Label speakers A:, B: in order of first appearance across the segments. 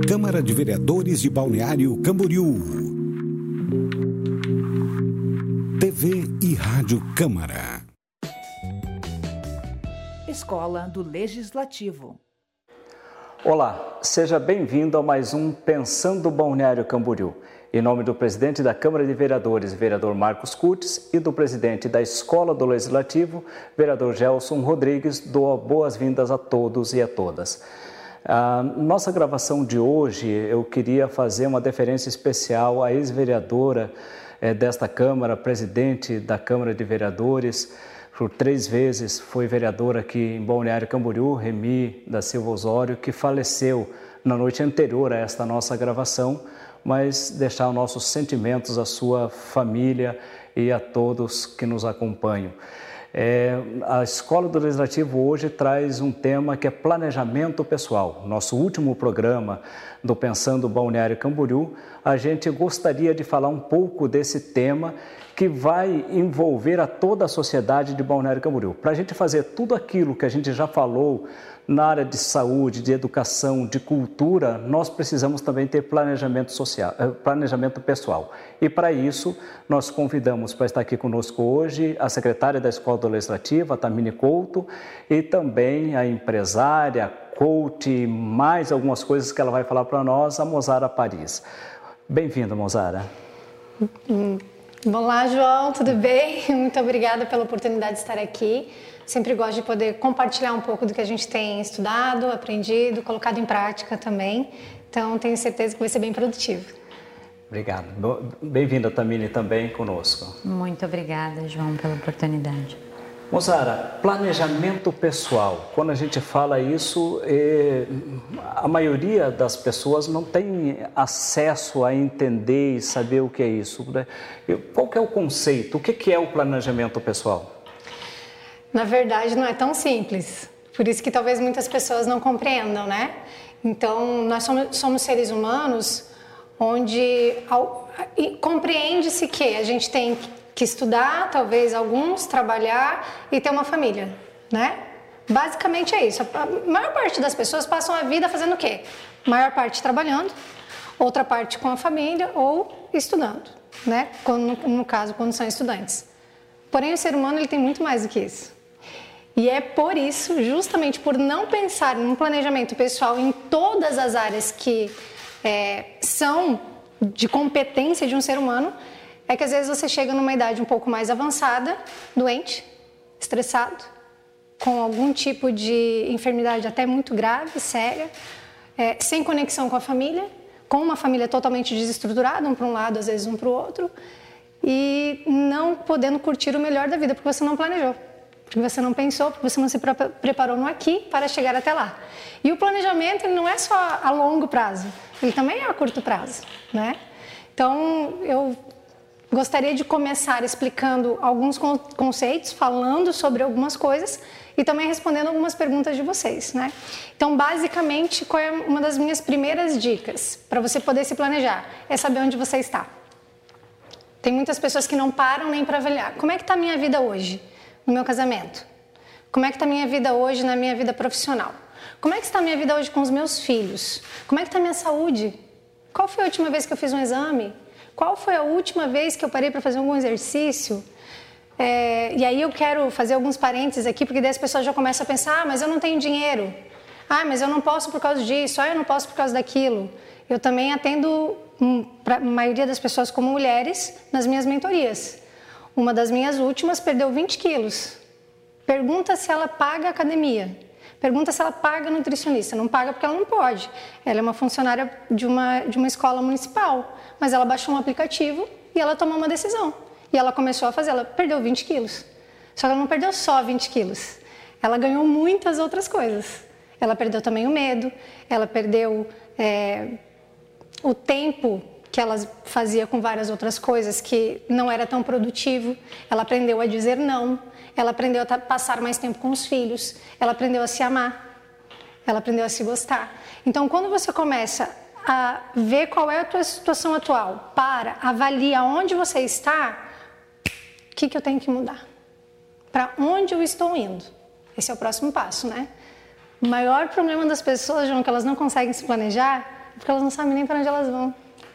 A: Câmara de Vereadores de Balneário Camboriú. TV e Rádio Câmara.
B: Escola do Legislativo.
C: Olá, seja bem-vindo a mais um Pensando Balneário Camboriú. Em nome do presidente da Câmara de Vereadores, vereador Marcos Curtis, e do presidente da Escola do Legislativo, vereador Gelson Rodrigues, dou boas-vindas a todos e a todas. Nossa gravação de hoje, eu queria fazer uma deferência especial à ex-vereadora desta Câmara, presidente da Câmara de Vereadores, por 3 vezes foi vereadora aqui em Balneário Camboriú, Remi da Silva Osório, que faleceu na noite anterior a esta nossa gravação, mas deixar os nossos sentimentos à sua família e a todos que nos acompanham. A Escola do Legislativo hoje traz um tema que é planejamento pessoal. Nosso último programa do Pensando Balneário Camboriú, a gente gostaria de falar um pouco desse tema que vai envolver a toda a sociedade de Balneário Camboriú. Para a gente fazer tudo aquilo que a gente já falou na área de saúde, de educação, de cultura, nós precisamos também ter planejamento pessoal. E para isso, nós convidamos para estar aqui conosco hoje a secretária da Escola do Legislativo, a Tamine Couto, e também a empresária, coach, mais algumas coisas que ela vai falar para nós, a Mozara Paris. Bem-vinda, Mozara.
D: Olá, João, tudo bem? Muito obrigada pela oportunidade de estar aqui. Sempre gosto de poder compartilhar um pouco do que a gente tem estudado, aprendido, colocado em prática também. Então, tenho certeza que vai ser bem produtivo.
C: Obrigado. Bem-vinda, Tamine, também conosco.
E: Muito obrigada, João, pela oportunidade.
C: Mozara, planejamento pessoal. Quando a gente fala isso, a maioria das pessoas não tem acesso a entender e saber o que é isso. Qual que é o conceito? O que é o planejamento pessoal?
D: Na verdade, não é tão simples. Por isso que talvez muitas pessoas não compreendam, né? Então, nós somos seres humanos onde compreende-se que a gente tem que estudar, talvez alguns, trabalhar e ter uma família, né? Basicamente é isso. A maior parte das pessoas passam a vida fazendo o quê? A maior parte trabalhando, outra parte com a família ou estudando, né? No caso, quando são estudantes. Porém, o ser humano ele tem muito mais do que isso. E é por isso, justamente por não pensar em um planejamento pessoal em todas as áreas que são de competência de um ser humano, é que às vezes você chega numa idade um pouco mais avançada, doente, estressado, com algum tipo de enfermidade até muito grave, séria, sem conexão com a família, com uma família totalmente desestruturada, um para um lado, às vezes um para o outro, e não podendo curtir o melhor da vida, porque você não planejou, porque você não pensou, porque você não se preparou no aqui para chegar até lá. E o planejamento ele não é só a longo prazo, ele também é a curto prazo, né? Então, eu gostaria de começar explicando alguns conceitos, falando sobre algumas coisas e também respondendo algumas perguntas de vocês, né? Então, basicamente, qual é uma das minhas primeiras dicas para você poder se planejar? É saber onde você está. Tem muitas pessoas que não param nem para avaliar. Como é que está a minha vida hoje no meu casamento? Como é que está a minha vida hoje na minha vida profissional? Como é que está a minha vida hoje com os meus filhos? Como é que está a minha saúde? Qual foi a última vez que eu fiz um exame? Qual foi a última vez que eu parei para fazer algum exercício? E aí eu quero fazer alguns parênteses aqui, porque daí as pessoas já começam a pensar, mas eu não tenho dinheiro. Mas eu não posso por causa disso, eu não posso por causa daquilo. Eu também atendo para a maioria das pessoas como mulheres nas minhas mentorias. Uma das minhas últimas perdeu 20 quilos. Pergunta se ela paga academia. Pergunta se ela paga nutricionista. Não paga porque ela não pode. Ela é uma funcionária de uma escola municipal, mas ela baixou um aplicativo e ela tomou uma decisão. E ela começou a fazer, ela perdeu 20 quilos. Só que ela não perdeu só 20 quilos. Ela ganhou muitas outras coisas. Ela perdeu também o medo, ela perdeu o tempo que ela fazia com várias outras coisas que não era tão produtivo. Ela aprendeu a dizer não. Ela aprendeu a passar mais tempo com os filhos, ela aprendeu a se amar, ela aprendeu a se gostar. Então, quando você começa a ver qual é a tua situação atual, avalia onde você está, o que eu tenho que mudar? Para onde eu estou indo? Esse é o próximo passo, né? O maior problema das pessoas, João, que elas não conseguem se planejar, porque elas não sabem nem para onde elas vão.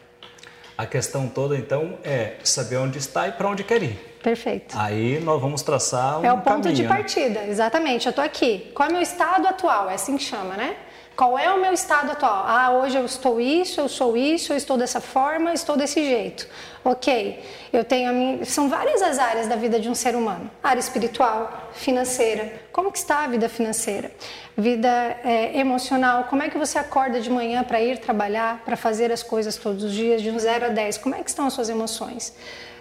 C: A questão toda, então, é saber onde está e para onde quer ir.
D: Perfeito.
C: Aí nós vamos traçar um caminho.
D: É o ponto de partida, exatamente. Eu estou aqui. Qual é o meu estado atual? É assim que chama, né? Qual é o meu estado atual? Ah, hoje eu estou isso, eu sou isso, eu estou dessa forma, estou desse jeito. Ok, eu tenho são várias as áreas da vida de um ser humano. Área espiritual, financeira. Como que está a vida financeira? Vida emocional. Como é que você acorda de manhã para ir trabalhar, para fazer as coisas todos os dias, de 0 a 10? Como é que estão as suas emoções?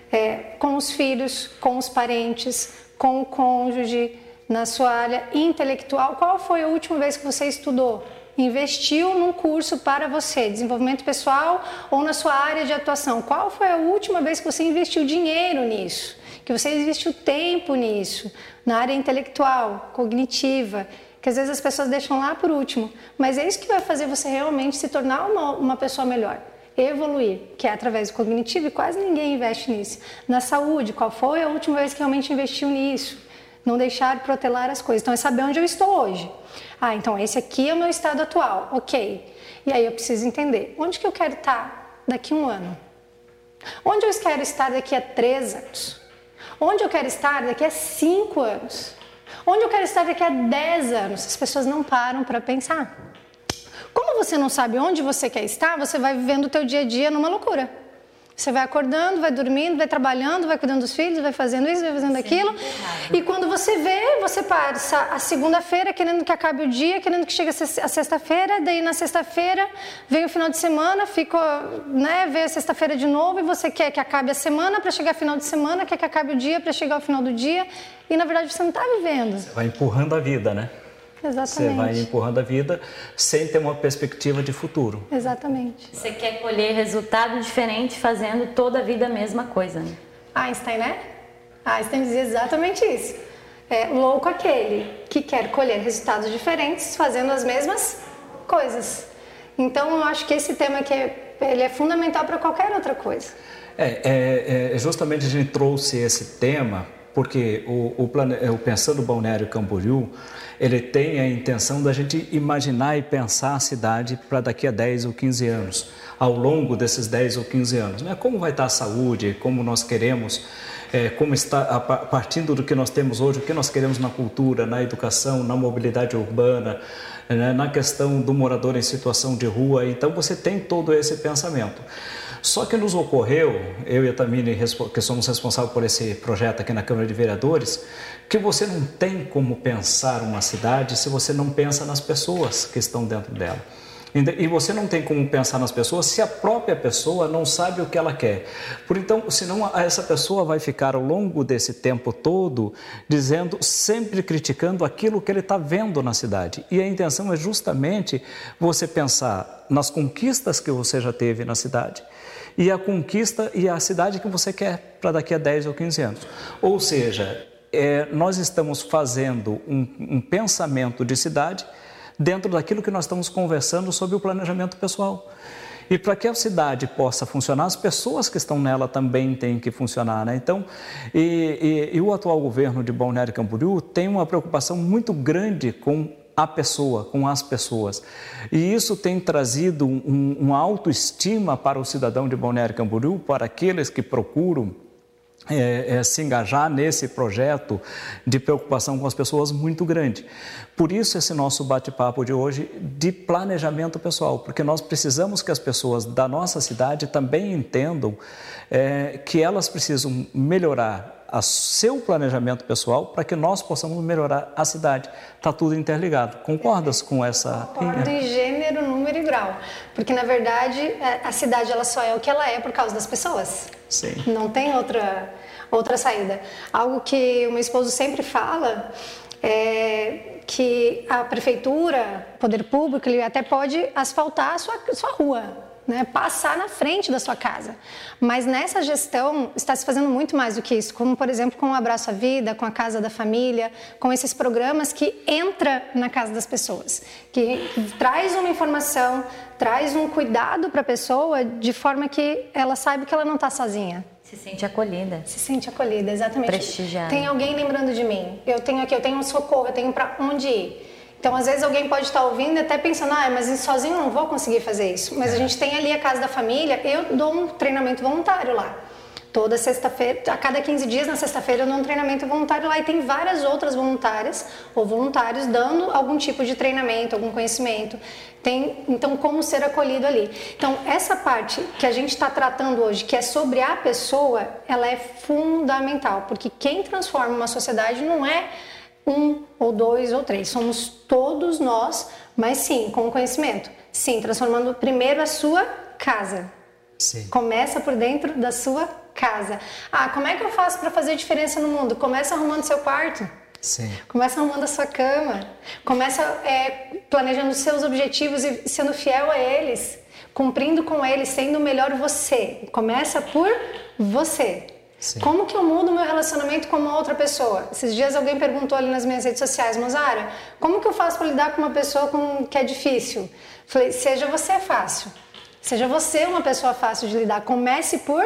D: Com os filhos, com os parentes, com o cônjuge, na sua área intelectual. Qual foi a última vez que você estudou? Investiu num curso para você, desenvolvimento pessoal ou na sua área de atuação? Qual foi a última vez que você investiu dinheiro nisso? Que você investiu tempo nisso? Na área intelectual, cognitiva, que às vezes as pessoas deixam lá por último. Mas é isso que vai fazer você realmente se tornar uma pessoa melhor. Evoluir, que é através do cognitivo, e quase ninguém investe nisso. Na saúde, qual foi a última vez que realmente investiu nisso? Não deixar protelar as coisas. Então, é saber onde eu estou hoje. Ah, então esse aqui é o meu estado atual. Ok. E aí eu preciso entender, onde que eu quero estar daqui a 1 ano? Onde eu quero estar daqui a 3 anos? Onde eu quero estar daqui a 5 anos? Onde eu quero estar daqui a 10 anos? As pessoas não param para pensar. Como você não sabe onde você quer estar, você vai vivendo o teu dia a dia numa loucura. Você vai acordando, vai dormindo, vai trabalhando, vai cuidando dos filhos, vai fazendo isso, vai fazendo aquilo. E quando você vê, você passa a segunda-feira querendo que acabe o dia, querendo que chegue a sexta-feira, daí na sexta-feira vem o final de semana, vem a sexta-feira de novo e você quer que acabe a semana para chegar ao final de semana, quer que acabe o dia para chegar ao final do dia e na verdade você não está vivendo.
C: Você vai empurrando a vida, né?
D: Exatamente.
C: Você vai empurrando a vida sem ter uma perspectiva de futuro.
D: Exatamente.
E: Você quer colher resultado diferente fazendo toda a vida a mesma coisa, né?
D: Einstein, né? Einstein dizia exatamente isso. É louco aquele que quer colher resultados diferentes fazendo as mesmas coisas. Então, eu acho que esse tema aqui ele é fundamental para qualquer outra coisa.
C: Justamente a gente trouxe esse tema porque o Pensando Balneário Camboriú, ele tem a intenção da gente imaginar e pensar a cidade para daqui a 10 ou 15 anos, ao longo desses 10 ou 15 anos. Né? Como vai estar a saúde, como nós queremos, como está, partindo do que nós temos hoje, o que nós queremos na cultura, na educação, na mobilidade urbana, né? Na questão do morador em situação de rua. Então você tem todo esse pensamento. Só que nos ocorreu, eu e a Tamine, que somos responsáveis por esse projeto aqui na Câmara de Vereadores, que você não tem como pensar uma cidade se você não pensa nas pessoas que estão dentro dela. E você não tem como pensar nas pessoas se a própria pessoa não sabe o que ela quer. Então, senão essa pessoa vai ficar ao longo desse tempo todo dizendo, sempre criticando aquilo que ele está vendo na cidade. E a intenção é justamente você pensar nas conquistas que você já teve na cidade e a conquista e a cidade que você quer para daqui a 10 ou 15 anos. Ou seja, nós estamos fazendo um pensamento de cidade dentro daquilo que nós estamos conversando sobre o planejamento pessoal. E para que a cidade possa funcionar, as pessoas que estão nela também têm que funcionar, né? Então, o atual governo de Balneário Camboriú tem uma preocupação muito grande com a pessoa, com as pessoas. E isso tem trazido uma autoestima para o cidadão de Balneário Camboriú, para aqueles que procuram se engajar nesse projeto de preocupação com as pessoas muito grande. Por isso esse nosso bate-papo de hoje de planejamento pessoal, porque nós precisamos que as pessoas da nossa cidade também entendam que elas precisam melhorar o seu planejamento pessoal para que nós possamos melhorar a cidade. Está tudo interligado. Concordas com essa?
D: Concordo em gênero, número e grau. Porque, na verdade, a cidade ela só é o que ela é por causa das pessoas.
C: Sim.
D: Não tem outra saída. Algo que o meu esposo sempre fala é que a prefeitura, o poder público, ele até pode asfaltar a sua rua, né, passar na frente da sua casa. Mas nessa gestão está se fazendo muito mais do que isso, como por exemplo com o Abraço à Vida, com a Casa da Família, com esses programas que entra na casa das pessoas, que traz uma informação, traz um cuidado para a pessoa de forma que ela saiba que ela não está sozinha.
E: Se sente acolhida.
D: Se sente acolhida, exatamente.
E: Prestigiada.
D: Tem alguém lembrando de mim. Eu tenho um socorro, eu tenho para onde ir. Então, às vezes alguém pode estar ouvindo e até pensando, mas sozinho eu não vou conseguir fazer isso. Mas a gente tem ali a Casa da Família, eu dou um treinamento voluntário lá. Toda sexta-feira, a cada 15 dias, na sexta-feira, eu dou um treinamento voluntário lá e tem várias outras voluntárias ou voluntários dando algum tipo de treinamento, algum conhecimento. Então, como ser acolhido ali. Então, essa parte que a gente está tratando hoje, que é sobre a pessoa, ela é fundamental, porque quem transforma uma sociedade não é 1 ou 2 ou 3, somos todos nós, mas sim, com conhecimento. Sim, transformando primeiro a sua casa.
C: Sim.
D: Começa por dentro da sua casa. Como é que eu faço para fazer diferença no mundo? Começa arrumando seu quarto.
C: Sim.
D: Começa arrumando a sua cama. Começa planejando seus objetivos e sendo fiel a eles. Cumprindo com eles, sendo o melhor você. Começa por você.
C: Sim.
D: Como que eu mudo o meu relacionamento com uma outra pessoa? Esses dias alguém perguntou ali nas minhas redes sociais, Mozara, como que eu faço para lidar com uma pessoa que é difícil? Falei, seja você fácil. Seja você uma pessoa fácil de lidar. Comece por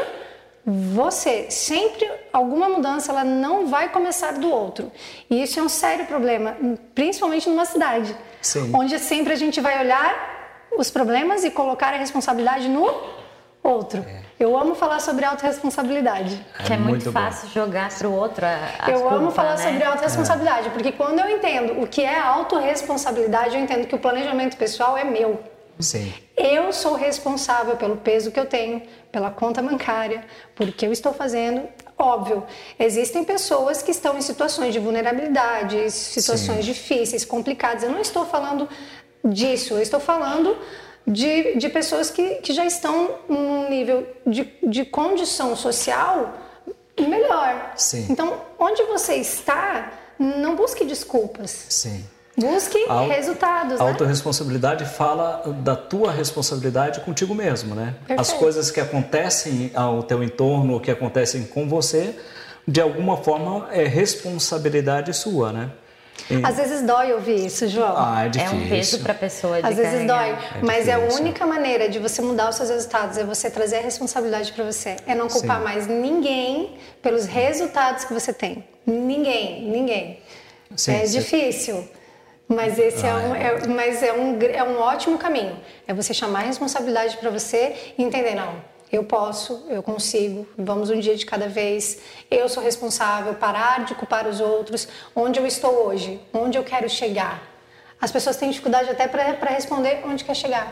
D: você. Sempre alguma mudança ela não vai começar do outro. E isso é um sério problema, principalmente numa cidade.
C: Sim.
D: Onde sempre a gente vai olhar os problemas e colocar a responsabilidade no outro. Eu amo falar sobre autorresponsabilidade.
E: Que é muito fácil jogar para o outro
D: Eu amo falar sobre autorresponsabilidade, porque quando eu entendo o que é autorresponsabilidade, eu entendo que o planejamento pessoal é meu.
C: Sim.
D: Eu sou responsável pelo peso que eu tenho, pela conta bancária, por que eu estou fazendo. Óbvio, existem pessoas que estão em situações de vulnerabilidade, situações difíceis, complicadas. Eu não estou falando disso, eu estou falando de pessoas que já estão num nível de condição social melhor.
C: Sim.
D: Então, onde você está, não busque desculpas.
C: Sim.
D: Busque resultados,
C: A
D: né?
C: autorresponsabilidade fala da tua responsabilidade contigo mesmo, né?
D: Perfeito.
C: As coisas que acontecem ao teu entorno, que acontecem com você, de alguma forma é responsabilidade sua, né?
D: Às vezes dói ouvir isso, João.
C: É difícil.
E: É um peso para a pessoa de
D: Às vezes
E: carregar.
D: dói, mas a única maneira de você mudar os seus resultados é você trazer a responsabilidade para você. É não culpar mais ninguém pelos resultados que você tem. Ninguém.
C: Sim,
D: difícil. Mas esse é um ótimo caminho. É você chamar a responsabilidade para você e entender, não, eu posso, eu consigo, vamos um dia de cada vez, eu sou responsável, parar de culpar os outros, onde eu estou hoje, onde eu quero chegar. As pessoas têm dificuldade até para responder onde quer chegar.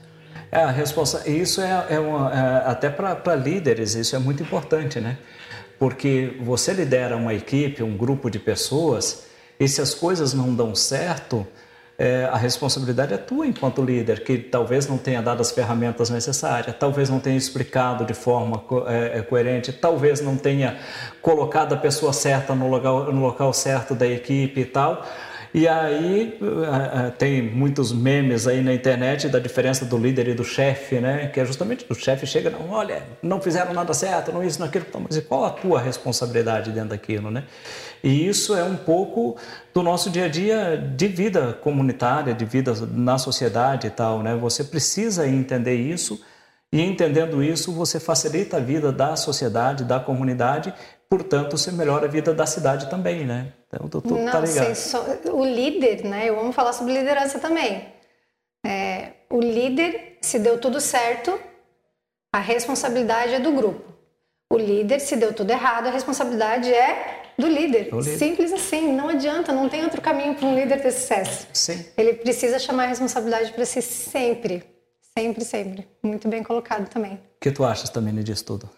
C: Isso até para líderes, isso é muito importante, né? Porque você lidera uma equipe, um grupo de pessoas, e se as coisas não dão certo, a responsabilidade é tua enquanto líder, que talvez não tenha dado as ferramentas necessárias, talvez não tenha explicado de forma coerente, talvez não tenha colocado a pessoa certa no local certo da equipe e tal. E aí tem muitos memes aí na internet da diferença do líder e do chefe, né? Que é justamente o chefe chega, não, olha, não fizeram nada certo, não isso, não aquilo, mas e qual a tua responsabilidade dentro daquilo, né? E isso é um pouco do nosso dia a dia de vida comunitária, de vida na sociedade e tal, né? Você precisa entender isso e entendendo isso você facilita a vida da sociedade, da comunidade, portanto você melhora a vida da cidade também, né? Então tu tá ligado.
D: O líder, né? Eu amo falar sobre liderança também. O líder, se deu tudo certo, a responsabilidade é do grupo. O líder, se deu tudo errado, a responsabilidade é do líder. Simples assim, não adianta, não tem outro caminho para um líder ter sucesso.
C: Sim.
D: Ele precisa chamar a responsabilidade para si sempre. Sempre. Muito bem colocado também.
C: O que tu achas também disso tudo?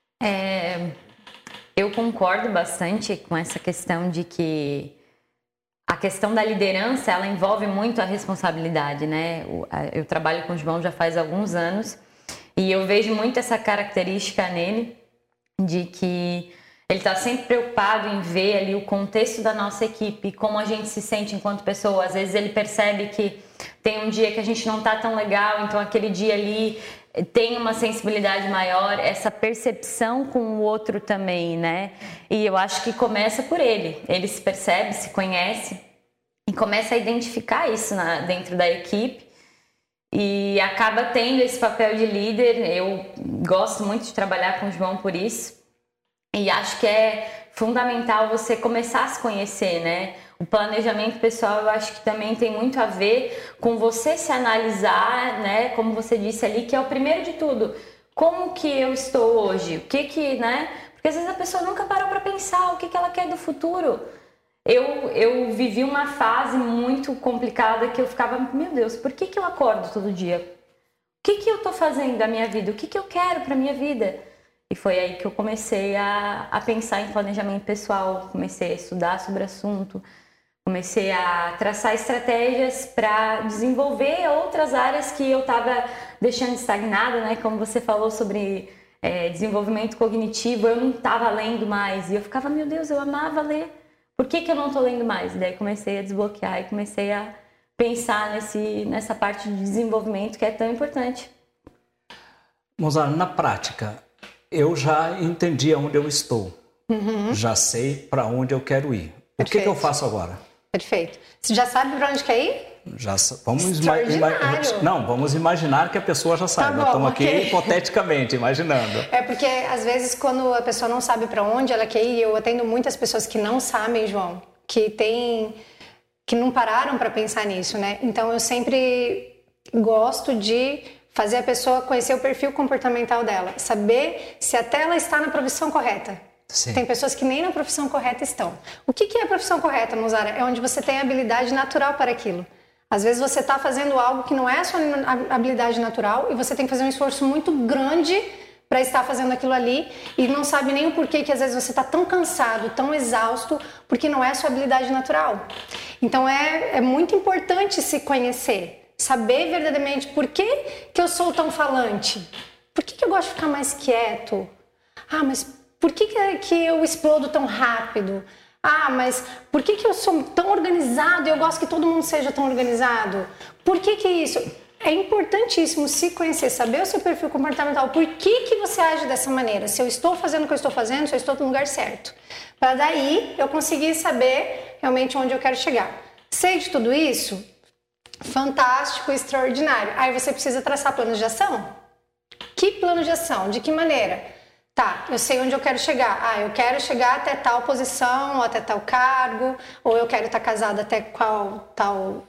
E: Eu concordo bastante com essa questão de que a questão da liderança, ela envolve muito a responsabilidade, né? Eu trabalho com o João já faz alguns anos e eu vejo muito essa característica nele de que ele está sempre preocupado em ver ali o contexto da nossa equipe, como a gente se sente enquanto pessoa. Às vezes ele percebe que tem um dia que a gente não está tão legal, então aquele dia ali tem uma sensibilidade maior, essa percepção com o outro também, né? E eu acho que começa por ele. Ele se percebe, se conhece e começa a identificar isso dentro da equipe e acaba tendo esse papel de líder. Eu gosto muito de trabalhar com o João por isso. E acho que é fundamental você começar a se conhecer, né? O planejamento pessoal, eu acho que também tem muito a ver com você se analisar, né? Como você disse ali, que é o primeiro de tudo. Como que eu estou hoje? O que, né? Porque às vezes a pessoa nunca parou para pensar o que ela quer do futuro. Eu vivi uma fase muito complicada que eu ficava, meu Deus, por que eu acordo todo dia? O que eu estou fazendo da minha vida? O que eu quero para minha vida? E foi aí que eu comecei a pensar em planejamento pessoal, comecei a estudar sobre o assunto, comecei a traçar estratégias para desenvolver outras áreas que eu estava deixando estagnada, né? Como você falou sobre desenvolvimento cognitivo, eu não estava lendo mais. E eu ficava, meu Deus, eu amava ler. Por que eu não estou lendo mais? E daí comecei a desbloquear e comecei a pensar nessa parte de desenvolvimento que é tão importante.
C: Mozart, na prática, eu já entendi aonde eu estou. Já sei para onde eu quero ir. O que eu faço agora?
D: Perfeito. Você já sabe para onde quer ir?
C: Vamos imaginar que a pessoa já sabe. Nós estamos aqui hipoteticamente imaginando.
D: É porque às vezes quando a pessoa não sabe para onde ela quer ir, eu atendo muitas pessoas que não sabem, João, que não pararam para pensar nisso, né? Então eu sempre gosto de fazer a pessoa conhecer o perfil comportamental dela, saber se até ela está na profissão correta. Sim. Tem pessoas que nem na profissão correta estão. O que é a profissão correta, Mozara? É onde você tem habilidade natural para aquilo. Às vezes você está fazendo algo que não é a sua habilidade natural e você tem que fazer um esforço muito grande para estar fazendo aquilo ali e não sabe nem o porquê que às vezes você está tão cansado, tão exausto, porque não é a sua habilidade natural. Então é muito importante se conhecer, saber verdadeiramente por que eu sou tão falante, por que eu gosto de ficar mais quieto, mas por que eu explodo tão rápido? Mas por que eu sou tão organizado e eu gosto que todo mundo seja tão organizado? Por que isso? É importantíssimo se conhecer, saber o seu perfil comportamental. Por que você age dessa maneira? Se eu estou fazendo o que eu estou fazendo, se eu estou no lugar certo. Para daí eu conseguir saber realmente onde eu quero chegar. Sei de tudo isso? Fantástico, extraordinário. Aí você precisa traçar planos de ação. Que plano de ação? De que maneira? Tá, eu sei onde eu quero chegar. Eu quero chegar até tal posição, até tal cargo, ou eu quero estar casada até tal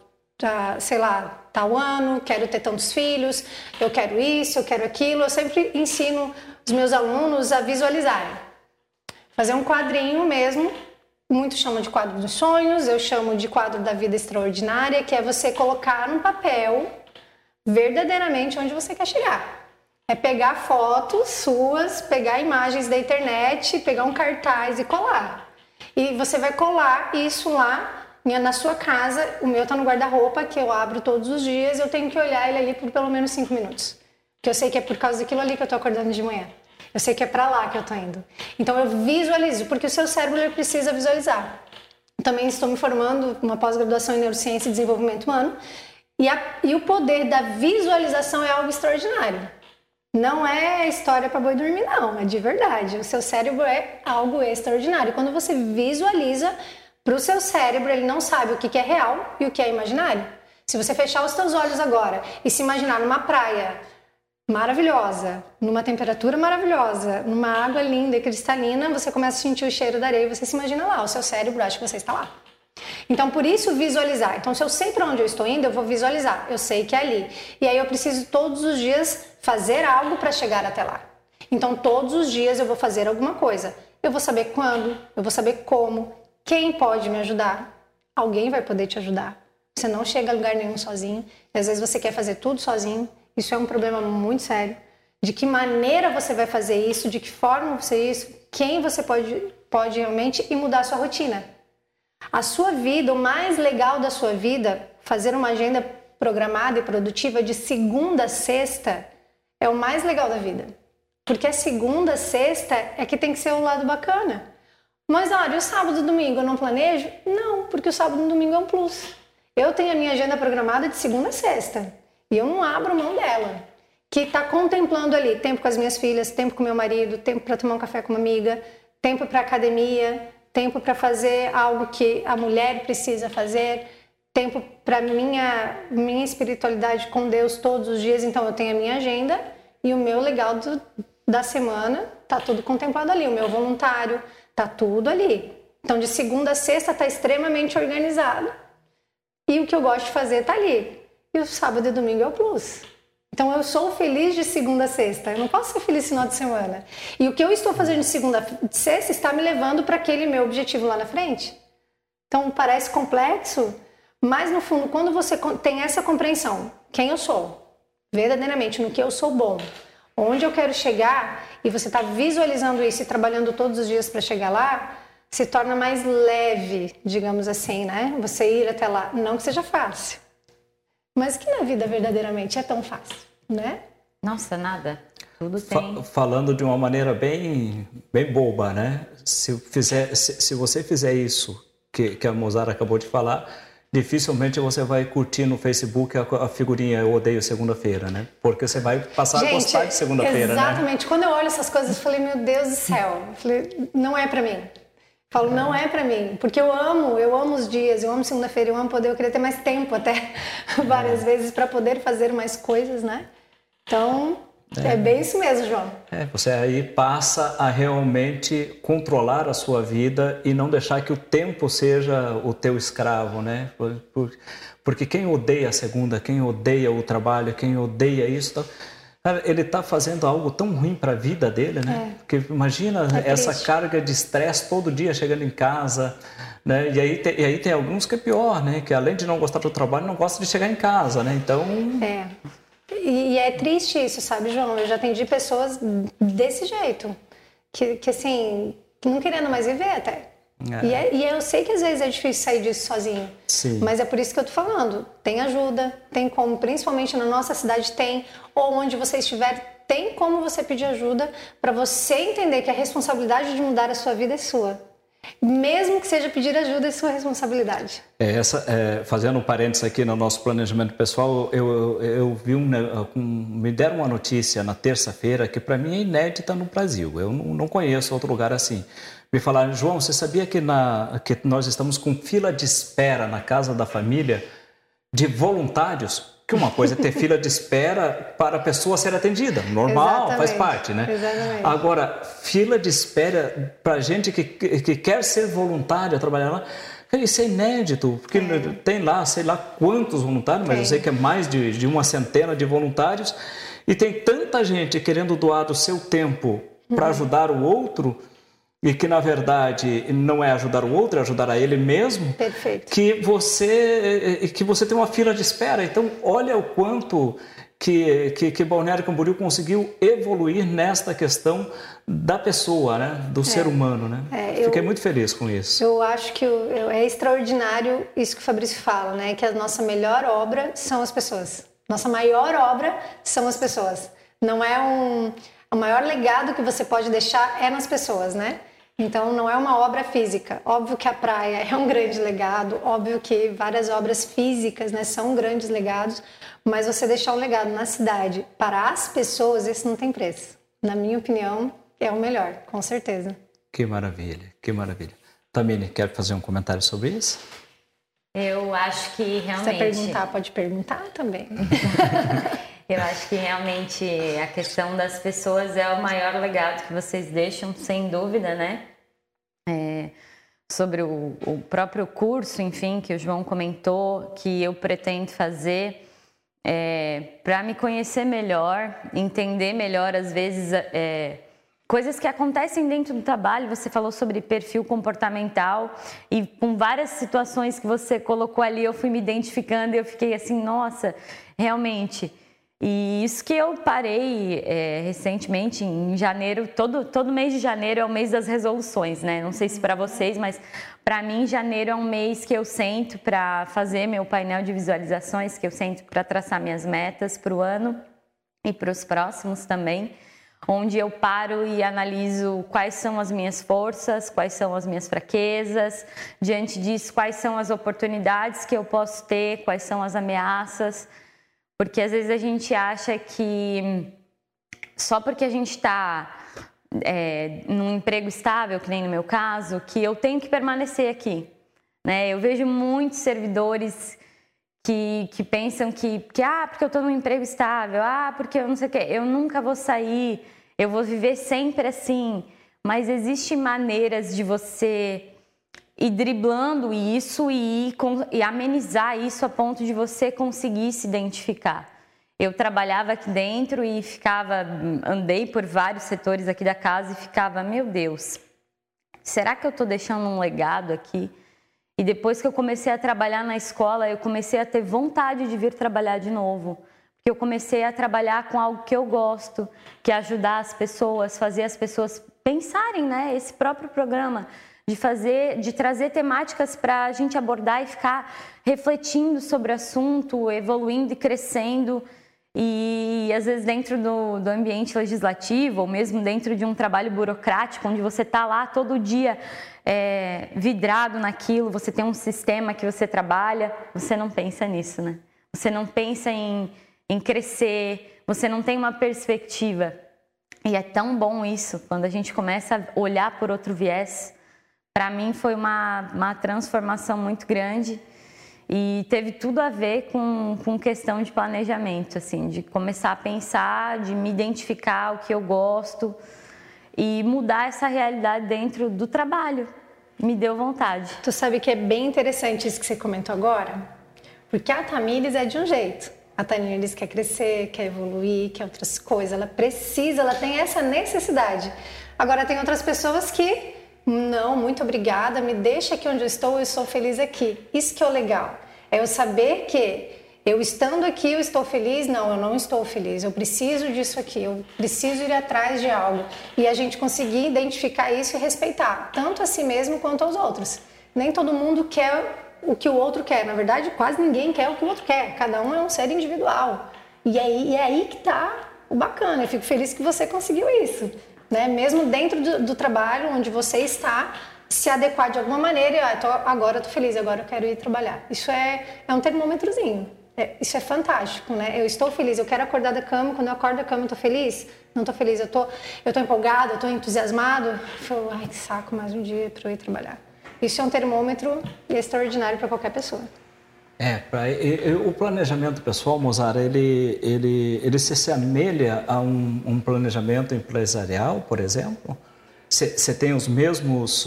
D: ano, quero ter tantos filhos, eu quero isso, eu quero aquilo. Eu sempre ensino os meus alunos a visualizarem. Fazer um quadrinho mesmo, muitos chamam de quadro dos sonhos, eu chamo de quadro da vida extraordinária, que é você colocar no papel verdadeiramente onde você quer chegar. É pegar fotos suas, pegar imagens da internet, pegar um cartaz e colar. E você vai colar isso lá na sua casa. O meu tá no guarda-roupa, que eu abro todos os dias. Eu tenho que olhar ele ali por pelo menos 5 minutos. Porque eu sei que é por causa daquilo ali que eu tô acordando de manhã. Eu sei que é pra lá que eu tô indo. Então eu visualizo, porque o seu cérebro ele precisa visualizar. Também estou me formando uma pós-graduação em Neurociência e Desenvolvimento Humano. E o poder da visualização é algo extraordinário. Não é história para boi dormir, não. É de verdade. O seu cérebro é algo extraordinário. Quando você visualiza, para o seu cérebro, ele não sabe o que é real e o que é imaginário. Se você fechar os seus olhos agora e se imaginar numa praia maravilhosa, numa temperatura maravilhosa, numa água linda e cristalina, você começa a sentir o cheiro da areia e você se imagina lá. O seu cérebro acha que você está lá. Então, por isso, visualizar. Então, se eu sei para onde eu estou indo, eu vou visualizar. Eu sei que é ali. E aí, eu preciso todos os dias fazer algo para chegar até lá. Então, todos os dias eu vou fazer alguma coisa. Eu vou saber quando, eu vou saber como, quem pode me ajudar. Alguém vai poder te ajudar. Você não chega a lugar nenhum sozinho. E às vezes você quer fazer tudo sozinho. Isso é um problema muito sério. De que maneira você vai fazer isso, de que forma você isso, quem você pode realmente e mudar a sua rotina. A sua vida, o mais legal da sua vida, fazer uma agenda programada e produtiva de segunda a sexta é o mais legal da vida. Porque a segunda a sexta é que tem que ser o lado bacana. Mas olha, o sábado e o domingo eu não planejo? Não, porque o sábado e o domingo é um plus. Eu tenho a minha agenda programada de segunda a sexta e eu não abro mão dela. Que está contemplando ali tempo com as minhas filhas, tempo com meu marido, tempo para tomar um café com uma amiga, tempo para academia, tempo para fazer algo que a mulher precisa fazer, tempo para minha espiritualidade com Deus todos os dias. Então eu tenho a minha agenda e o meu legal da semana tá tudo contemplado ali, o meu voluntário tá tudo ali. Então, de segunda a sexta está extremamente organizado. E o que eu gosto de fazer está ali. E o sábado e domingo é o plus. Então, eu sou feliz de segunda a sexta. Eu não posso ser feliz no final de semana. E o que eu estou fazendo de segunda a sexta está me levando para aquele meu objetivo lá na frente. Então, parece complexo, mas no fundo, quando você tem essa compreensão, quem eu sou, verdadeiramente no que eu sou bom, onde eu quero chegar, e você está visualizando isso e trabalhando todos os dias para chegar lá, se torna mais leve, digamos assim, né? Você ir até lá. Não que seja fácil, mas que na vida verdadeiramente é tão fácil, né?
E: Nossa, nada. Tudo tem.
C: Falando de uma maneira bem boba, né? Se você fizer isso que a Mozart acabou de falar, dificilmente você vai curtir no Facebook a figurinha "Eu odeio segunda-feira", né? Porque você vai passar a gostar de segunda-feira, né?
D: Exatamente. Quando eu olho essas coisas, eu falei, meu Deus do céu. Eu falei, não é pra mim. Eu falo, não é pra mim. Porque eu amo os dias, eu amo segunda-feira, eu queria ter mais tempo até, várias vezes, para poder fazer mais coisas, né? Então, é bem isso mesmo, João.
C: Você aí passa a realmente controlar a sua vida e não deixar que o tempo seja o teu escravo, né? Porque quem odeia a segunda, quem odeia o trabalho, quem odeia isso, ele está fazendo algo tão ruim para a vida dele, né? Porque imagina essa carga de estresse todo dia chegando em casa, né? E aí tem alguns que é pior, né? Que além de não gostar do trabalho, não gosta de chegar em casa, né? Então...
D: E é triste isso, sabe, João? Eu já atendi pessoas desse jeito, que assim, não querendo mais viver até. E eu sei que às vezes é difícil sair disso sozinho.
C: Sim.
D: Mas é por isso que eu tô falando. Tem ajuda, tem como, principalmente na nossa cidade tem, ou onde você estiver, tem como você pedir ajuda para você entender que a responsabilidade de mudar a sua vida é sua. Mesmo que seja pedir ajuda, é sua responsabilidade.
C: Fazendo um parênteses aqui no nosso planejamento pessoal, eu vi me deram uma notícia na terça-feira que para mim é inédita no Brasil. Eu não conheço outro lugar assim. Me falaram, João, você sabia que nós estamos com fila de espera na Casa da Família de voluntários? Que uma coisa é ter fila de espera para a pessoa ser atendida. Normal, faz parte, né?
D: Exatamente.
C: Agora, fila de espera para gente que quer ser voluntário a trabalhar lá, isso é inédito, porque tem lá, sei lá quantos voluntários, mas eu sei que é mais de uma centena de voluntários, e tem tanta gente querendo doar do seu tempo para ajudar o outro, e que na verdade não é ajudar o outro, é ajudar a ele mesmo.
D: Perfeito.
C: Que você tem uma fila de espera. Então olha o quanto que Balneário Camboriú conseguiu evoluir nesta questão da pessoa, né? Do ser humano, né? Fiquei muito feliz com isso.
D: Eu acho que é extraordinário isso que o Fabrício fala, né? Que a nossa melhor obra são as pessoas. Nossa maior obra são as pessoas. Não é o maior legado que você pode deixar é nas pessoas, né? Então, não é uma obra física. Óbvio que a praia é um grande legado, óbvio que várias obras físicas, né, são grandes legados, mas você deixar um legado na cidade para as pessoas, isso não tem preço. Na minha opinião, é o melhor, com certeza.
C: Que maravilha, que maravilha. Tamine, quer fazer um comentário sobre isso?
E: Eu acho que realmente...
D: Se perguntar, pode perguntar também.
E: Eu acho que realmente a questão das pessoas é o maior legado que vocês deixam, sem dúvida, né? Sobre o próprio curso, enfim, que o João comentou, que eu pretendo fazer para me conhecer melhor, entender melhor, às vezes, coisas que acontecem dentro do trabalho. Você falou sobre perfil comportamental e com várias situações que você colocou ali, eu fui me identificando e eu fiquei assim, nossa, realmente... E isso que eu parei recentemente, em janeiro, todo mês de janeiro é o mês das resoluções, né? Não sei se para vocês, mas para mim janeiro é um mês que eu sento para fazer meu painel de visualizações, que eu sento para traçar minhas metas para o ano e para os próximos também, onde eu paro e analiso quais são as minhas forças, quais são as minhas fraquezas, diante disso, quais são as oportunidades que eu posso ter, quais são as ameaças. Porque às vezes a gente acha que só porque a gente está num emprego estável, que nem no meu caso, que eu tenho que permanecer aqui, né? Eu vejo muitos servidores que pensam que porque eu estou num emprego estável, porque eu não sei o quê, eu nunca vou sair, eu vou viver sempre assim. Mas existem maneiras de você ir driblando isso e amenizar isso a ponto de você conseguir se identificar. Eu trabalhava aqui dentro e andei por vários setores aqui da casa e ficava, meu Deus, será que eu estou deixando um legado aqui? E depois que eu comecei a trabalhar na escola, eu comecei a ter vontade de vir trabalhar de novo. Porque eu comecei a trabalhar com algo que eu gosto, que é ajudar as pessoas, fazer as pessoas pensarem, né? Esse próprio programa, de trazer temáticas para a gente abordar e ficar refletindo sobre o assunto, evoluindo e crescendo. E às vezes dentro do ambiente legislativo, ou mesmo dentro de um trabalho burocrático, onde você está lá todo dia vidrado naquilo, você tem um sistema que você trabalha, você não pensa nisso, né? Você não pensa em crescer, você não tem uma perspectiva. E é tão bom isso, quando a gente começa a olhar por outro viés. Para mim foi uma transformação muito grande. E teve tudo a ver com questão de planejamento, assim, de começar a pensar, de me identificar o que eu gosto e mudar essa realidade dentro do trabalho. Me deu vontade.
D: Tu sabe que é bem interessante isso que você comentou agora? Porque a Tamires é de um jeito. A Tamires quer crescer, quer evoluir, quer outras coisas. Ela precisa, ela tem essa necessidade. Agora tem outras pessoas que... Não, muito obrigada, me deixa aqui onde eu sou feliz aqui. Isso que é o legal, é eu saber que eu estando aqui eu estou feliz. Não, eu não estou feliz, eu preciso disso aqui, eu preciso ir atrás de algo. E a gente conseguir identificar isso e respeitar, tanto a si mesmo quanto aos outros. Nem todo mundo quer o que o outro quer, na verdade quase ninguém quer o que o outro quer, cada um é um ser individual. E é aí que está o bacana, eu fico feliz que você conseguiu isso. Né? Mesmo dentro do trabalho onde você está, se adequar de alguma maneira e agora eu tô feliz, agora eu quero ir trabalhar. Isso é um termômetrozinho, isso é fantástico, né? Eu estou feliz, eu quero acordar da cama, quando eu acordo da cama eu tô feliz? Não tô feliz, eu tô empolgado, eu tô entusiasmado, ai que saco, mais um dia para eu ir trabalhar. Isso é um termômetro extraordinário para qualquer pessoa.
C: O planejamento pessoal, Mozart, ele se assemelha a um planejamento empresarial, por exemplo? Você tem os mesmos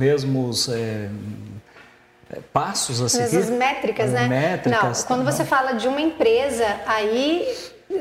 C: passos a seguir?
D: As métricas, né?
C: Métricas,
D: não, quando você fala de uma empresa, aí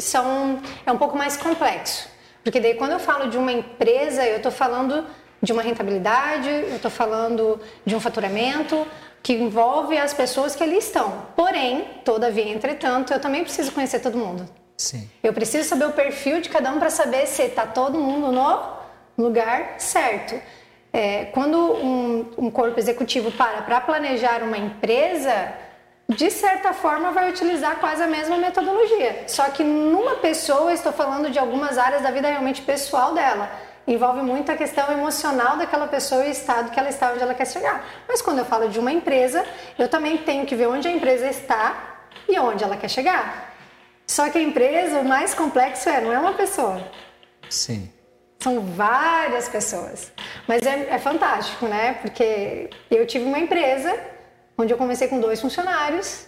D: é um pouco mais complexo. Porque daí quando eu falo de uma empresa, eu estou falando de uma rentabilidade, eu estou falando de um faturamento, que envolve as pessoas que ali estão. Porém, todavia, entretanto, eu também preciso conhecer todo mundo.
C: Sim.
D: Eu preciso saber o perfil de cada um para saber se está todo mundo no lugar certo. Quando um corpo executivo para planejar uma empresa, de certa forma vai utilizar quase a mesma metodologia. Só que numa pessoa, eu estou falando de algumas áreas da vida realmente pessoal dela. Envolve muito a questão emocional daquela pessoa e o estado que ela está, onde ela quer chegar. Mas quando eu falo de uma empresa, eu também tenho que ver onde a empresa está e onde ela quer chegar. Só que a empresa, o mais complexo não é uma pessoa.
C: Sim.
D: São várias pessoas. Mas é fantástico, né? Porque eu tive uma empresa onde eu comecei com 2 funcionários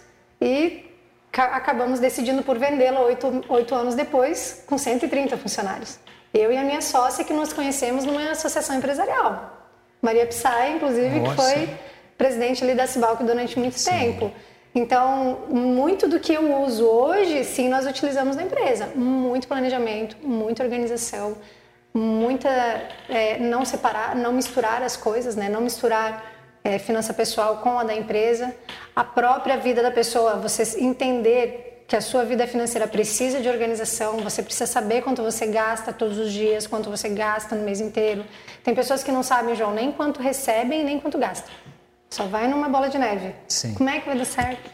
D: e acabamos decidindo por vendê-la 8 anos depois com 130 funcionários. Eu e a minha sócia que nos conhecemos numa associação empresarial. Maria Psai, inclusive,
C: Nossa.
D: Que foi presidente ali da Cibalc durante muito tempo. Então, muito do que eu uso hoje, sim, nós utilizamos na empresa. Muito planejamento, muita organização, muita não separar, não misturar as coisas, né? Não misturar finança pessoal com a da empresa. A própria vida da pessoa, você entender que a sua vida financeira precisa de organização, você precisa saber quanto você gasta todos os dias, quanto você gasta no mês inteiro. Tem pessoas que não sabem, João, nem quanto recebem, nem quanto gastam. Só vai numa bola de neve.
C: Sim.
D: Como é que vai dar certo?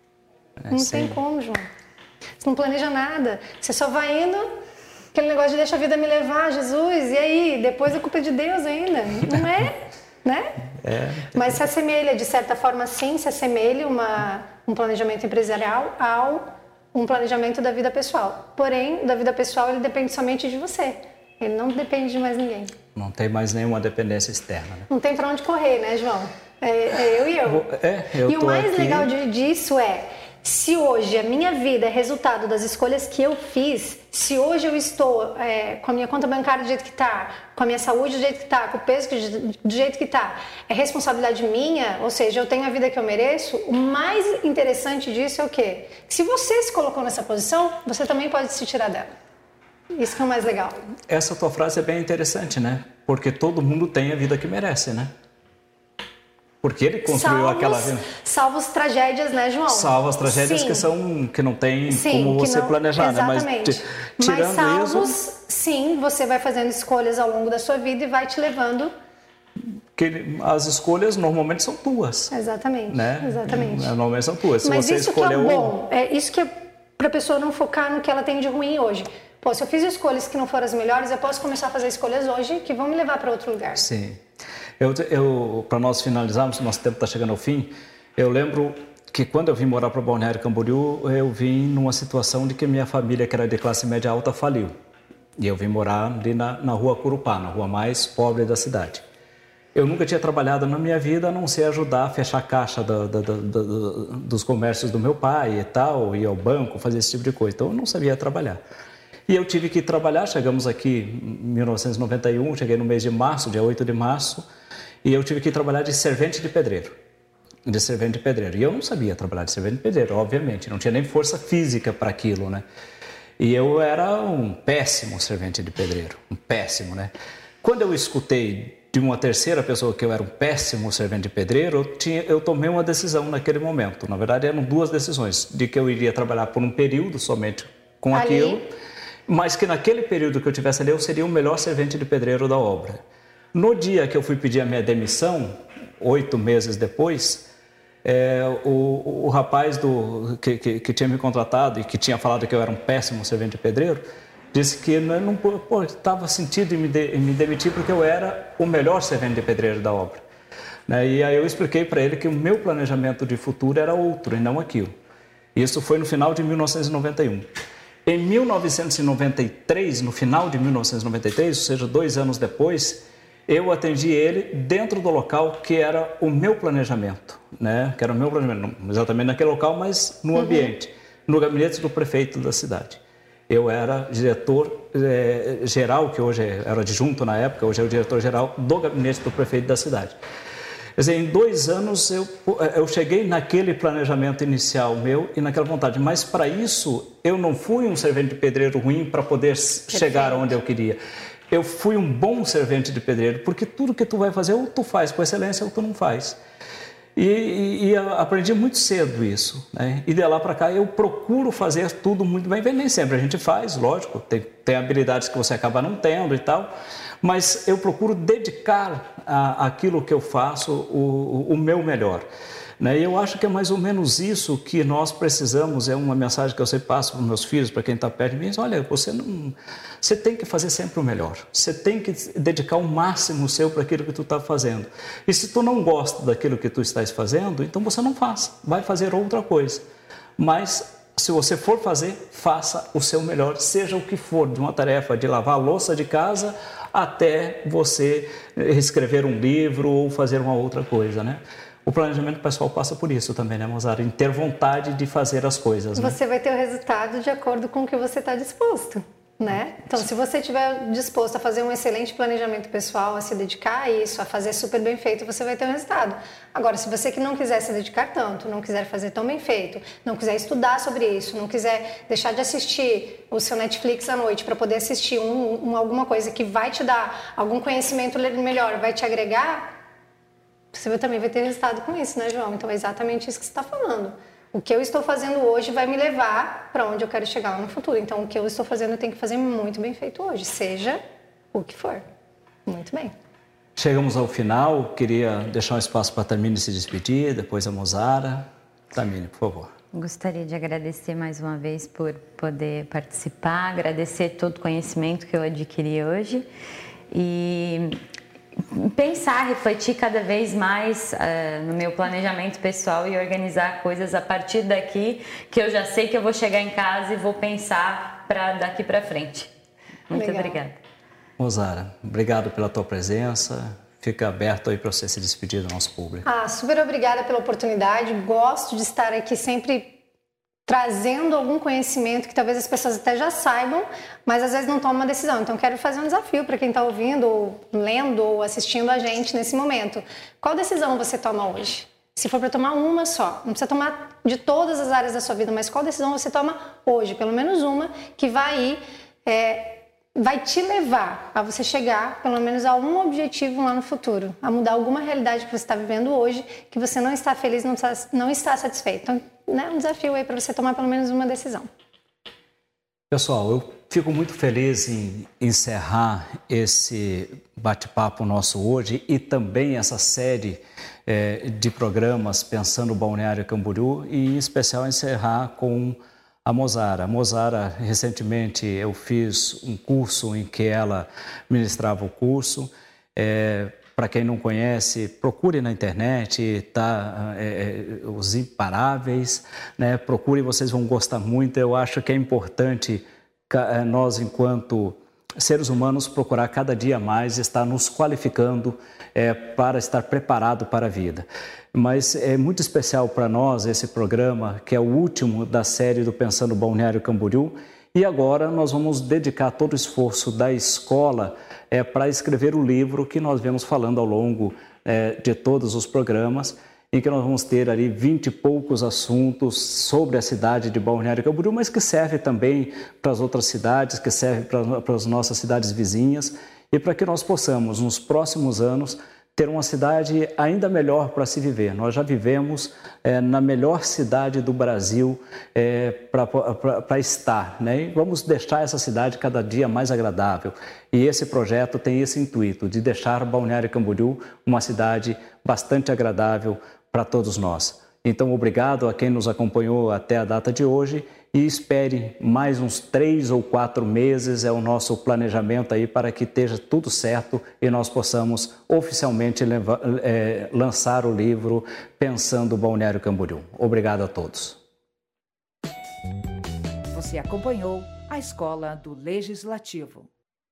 D: Não tem como, João. Você não planeja nada. Você só vai indo, aquele negócio de deixa a vida me levar, Jesus, e aí? Depois é culpa de Deus ainda. Não é? Né? Mas se assemelha, de certa forma, sim, se assemelha um planejamento empresarial ao um planejamento da vida pessoal. Porém, da vida pessoal, ele depende somente de você. Ele não depende de mais ninguém.
C: Não tem mais nenhuma dependência externa, né?
D: Não tem para onde correr, né, João? Eu e eu.
C: Eu
D: e o mais legal disso Se hoje a minha vida é resultado das escolhas que eu fiz, se hoje eu estou com a minha conta bancária do jeito que está, com a minha saúde do jeito que está, com o peso do jeito que está, é responsabilidade minha, ou seja, eu tenho a vida que eu mereço, o mais interessante disso é o quê? Se você se colocou nessa posição, você também pode se tirar dela. Isso que é o mais legal.
C: Essa tua frase é bem interessante, né? Porque todo mundo tem a vida que merece, né? Porque ele construiu aquela vida.
D: Salvo as tragédias, né, João?
C: Salvo as tragédias que não tem como você planejar,
D: exatamente.
C: Né? Mas tirando
D: salvos,
C: isso...
D: sim, você vai fazendo escolhas ao longo da sua vida e vai te levando...
C: Que as escolhas normalmente são tuas.
D: Exatamente,
C: né?
D: Exatamente.
C: Normalmente são tuas. Se
D: mas
C: você
D: isso
C: escolheu...
D: que é bom, isso que é para a pessoa não focar no que ela tem de ruim hoje. Pô, se eu fiz escolhas que não foram as melhores, eu posso começar a fazer escolhas hoje que vão me levar para outro lugar.
C: Sim. Para nós finalizarmos, nosso tempo está chegando ao fim, eu lembro que quando eu vim morar para Balneário Camboriú, eu vim numa situação de que minha família, que era de classe média alta, faliu. E eu vim morar ali na rua Curupá, na rua mais pobre da cidade. Eu nunca tinha trabalhado na minha vida a não ser ajudar a fechar a caixa dos comércios do meu pai e tal, ir ao banco, fazer esse tipo de coisa. Então eu não sabia trabalhar. E eu tive que trabalhar, chegamos aqui em 1991, cheguei no mês de março, dia 8 de março, e eu tive que trabalhar de servente de pedreiro. E eu não sabia trabalhar de servente de pedreiro, obviamente, não tinha nem força física para aquilo, né? E eu era um péssimo servente de pedreiro, um péssimo, né? Quando eu escutei de uma terceira pessoa que eu era um péssimo servente de pedreiro, eu tomei uma decisão naquele momento. Na verdade, eram duas decisões, de que eu iria trabalhar por um período somente com aquilo, mas que naquele período que eu tivesse ali, eu seria o melhor servente de pedreiro da obra. No dia que eu fui pedir a minha demissão, 8 meses depois, o rapaz que tinha me contratado e que tinha falado que eu era um péssimo servente de pedreiro, disse que estava sentido em me demitir porque eu era o melhor servente de pedreiro da obra. E aí eu expliquei para ele que o meu planejamento de futuro era outro e não aquilo. Isso foi no final de 1991. Em 1993, no final de 1993, ou seja, 2 anos depois, eu atendi ele dentro do local que era o meu planejamento, né? Que era o meu planejamento, não exatamente naquele local, mas no ambiente, no gabinete do prefeito da cidade. Eu era diretor geral, que hoje era adjunto na época, hoje é o diretor-geral do gabinete do prefeito da cidade. Quer dizer, em 2 anos eu cheguei naquele planejamento inicial meu e naquela vontade, mas para isso eu não fui um servente de pedreiro ruim para poder chegar onde eu queria. Eu fui um bom servente de pedreiro, porque tudo que tu vai fazer ou tu faz com excelência ou tu não faz. E aprendi muito cedo isso, né? E de lá para cá eu procuro fazer tudo muito bem. Nem sempre a gente faz, lógico, tem habilidades que você acaba não tendo e tal, mas eu procuro dedicar àquilo que eu faço o meu melhor. E eu acho que é mais ou menos isso que nós precisamos, é uma mensagem que eu sempre passo para os meus filhos, para quem está perto de mim, olha, você tem que fazer sempre o melhor, você tem que dedicar o máximo seu para aquilo que tu está fazendo. E se tu não gosta daquilo que tu estás fazendo, então você não faça, vai fazer outra coisa. Mas se você for fazer, faça o seu melhor, seja o que for, de uma tarefa de lavar a louça de casa até você escrever um livro ou fazer uma outra coisa, né? O planejamento pessoal passa por isso também, né, Mozara? Em ter vontade de fazer as coisas. Né?
D: Você vai ter o resultado de acordo com o que você está disposto, né? Então, se você estiver disposto a fazer um excelente planejamento pessoal, a se dedicar a isso, a fazer super bem feito, você vai ter um resultado. Agora, se você que não quiser se dedicar tanto, não quiser fazer tão bem feito, não quiser estudar sobre isso, não quiser deixar de assistir o seu Netflix à noite para poder assistir alguma coisa que vai te dar algum conhecimento melhor, vai te agregar, você também vai ter resultado com isso, né, João? Então é exatamente isso que você está falando. O que eu estou fazendo hoje vai me levar para onde eu quero chegar lá no futuro. Então o que eu estou fazendo eu tenho que fazer muito bem feito hoje, seja o que for. Muito bem.
C: Chegamos ao final, queria deixar um espaço para a Tamine se despedir, depois a Mozara. Tamine, por favor.
E: Gostaria de agradecer mais uma vez por poder participar, agradecer todo o conhecimento que eu adquiri hoje e pensar, refletir cada vez mais no meu planejamento pessoal e organizar coisas a partir daqui, que eu já sei que eu vou chegar em casa e vou pensar para daqui para frente. Muito obrigada.
C: Mozara, obrigado pela tua presença. Fica aberto aí para você se despedir do nosso público.
D: Super obrigada pela oportunidade. Gosto de estar aqui sempre trazendo algum conhecimento que talvez as pessoas até já saibam, mas às vezes não tomam uma decisão. Então, quero fazer um desafio para quem está ouvindo, ou lendo, ou assistindo a gente nesse momento. Qual decisão você toma hoje? Se for para tomar uma só, não precisa tomar de todas as áreas da sua vida, mas qual decisão você toma hoje? Pelo menos uma que vai te levar a você chegar, pelo menos, a um objetivo lá no futuro, a mudar alguma realidade que você está vivendo hoje, que você não está feliz, não está satisfeito. Então, né, um desafio aí para você tomar pelo menos uma decisão.
C: Pessoal, eu fico muito feliz em encerrar esse bate-papo nosso hoje e também essa série de programas Pensando o Balneário Camboriú e, em especial, encerrar com a Mozara. A Mozara, recentemente, eu fiz um curso em que ela ministrava o curso. Para quem não conhece, procure na internet, Os Imparáveis, né? Procure, vocês vão gostar muito. Eu acho que é importante nós, enquanto seres humanos, procurar cada dia mais estar nos qualificando para estar preparado para a vida. Mas é muito especial para nós esse programa, que é o último da série do Pensando Balneário Camboriú. E agora nós vamos dedicar todo o esforço da escola para escrever o livro que nós vemos falando ao longo de todos os programas, em que nós vamos ter ali 20 e poucos assuntos sobre a cidade de Balneário Camboriú, mas que serve também para as outras cidades, que serve para as nossas cidades vizinhas, e para que nós possamos, nos próximos anos, ter uma cidade ainda melhor para se viver. Nós já vivemos na melhor cidade do Brasil para estar, né? E vamos deixar essa cidade cada dia mais agradável. E esse projeto tem esse intuito, de deixar Balneário Camboriú uma cidade bastante agradável para todos nós. Então, obrigado a quem nos acompanhou até a data de hoje e espere mais uns 3 ou 4 meses, é o nosso planejamento aí para que esteja tudo certo e nós possamos oficialmente lançar o livro Pensando Balneário Camboriú. Obrigado a todos.
B: Você acompanhou a Escola do Legislativo.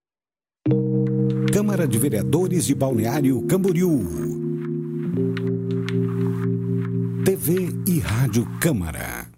A: Câmara de Vereadores de Balneário Camboriú. TV e Rádio Câmara.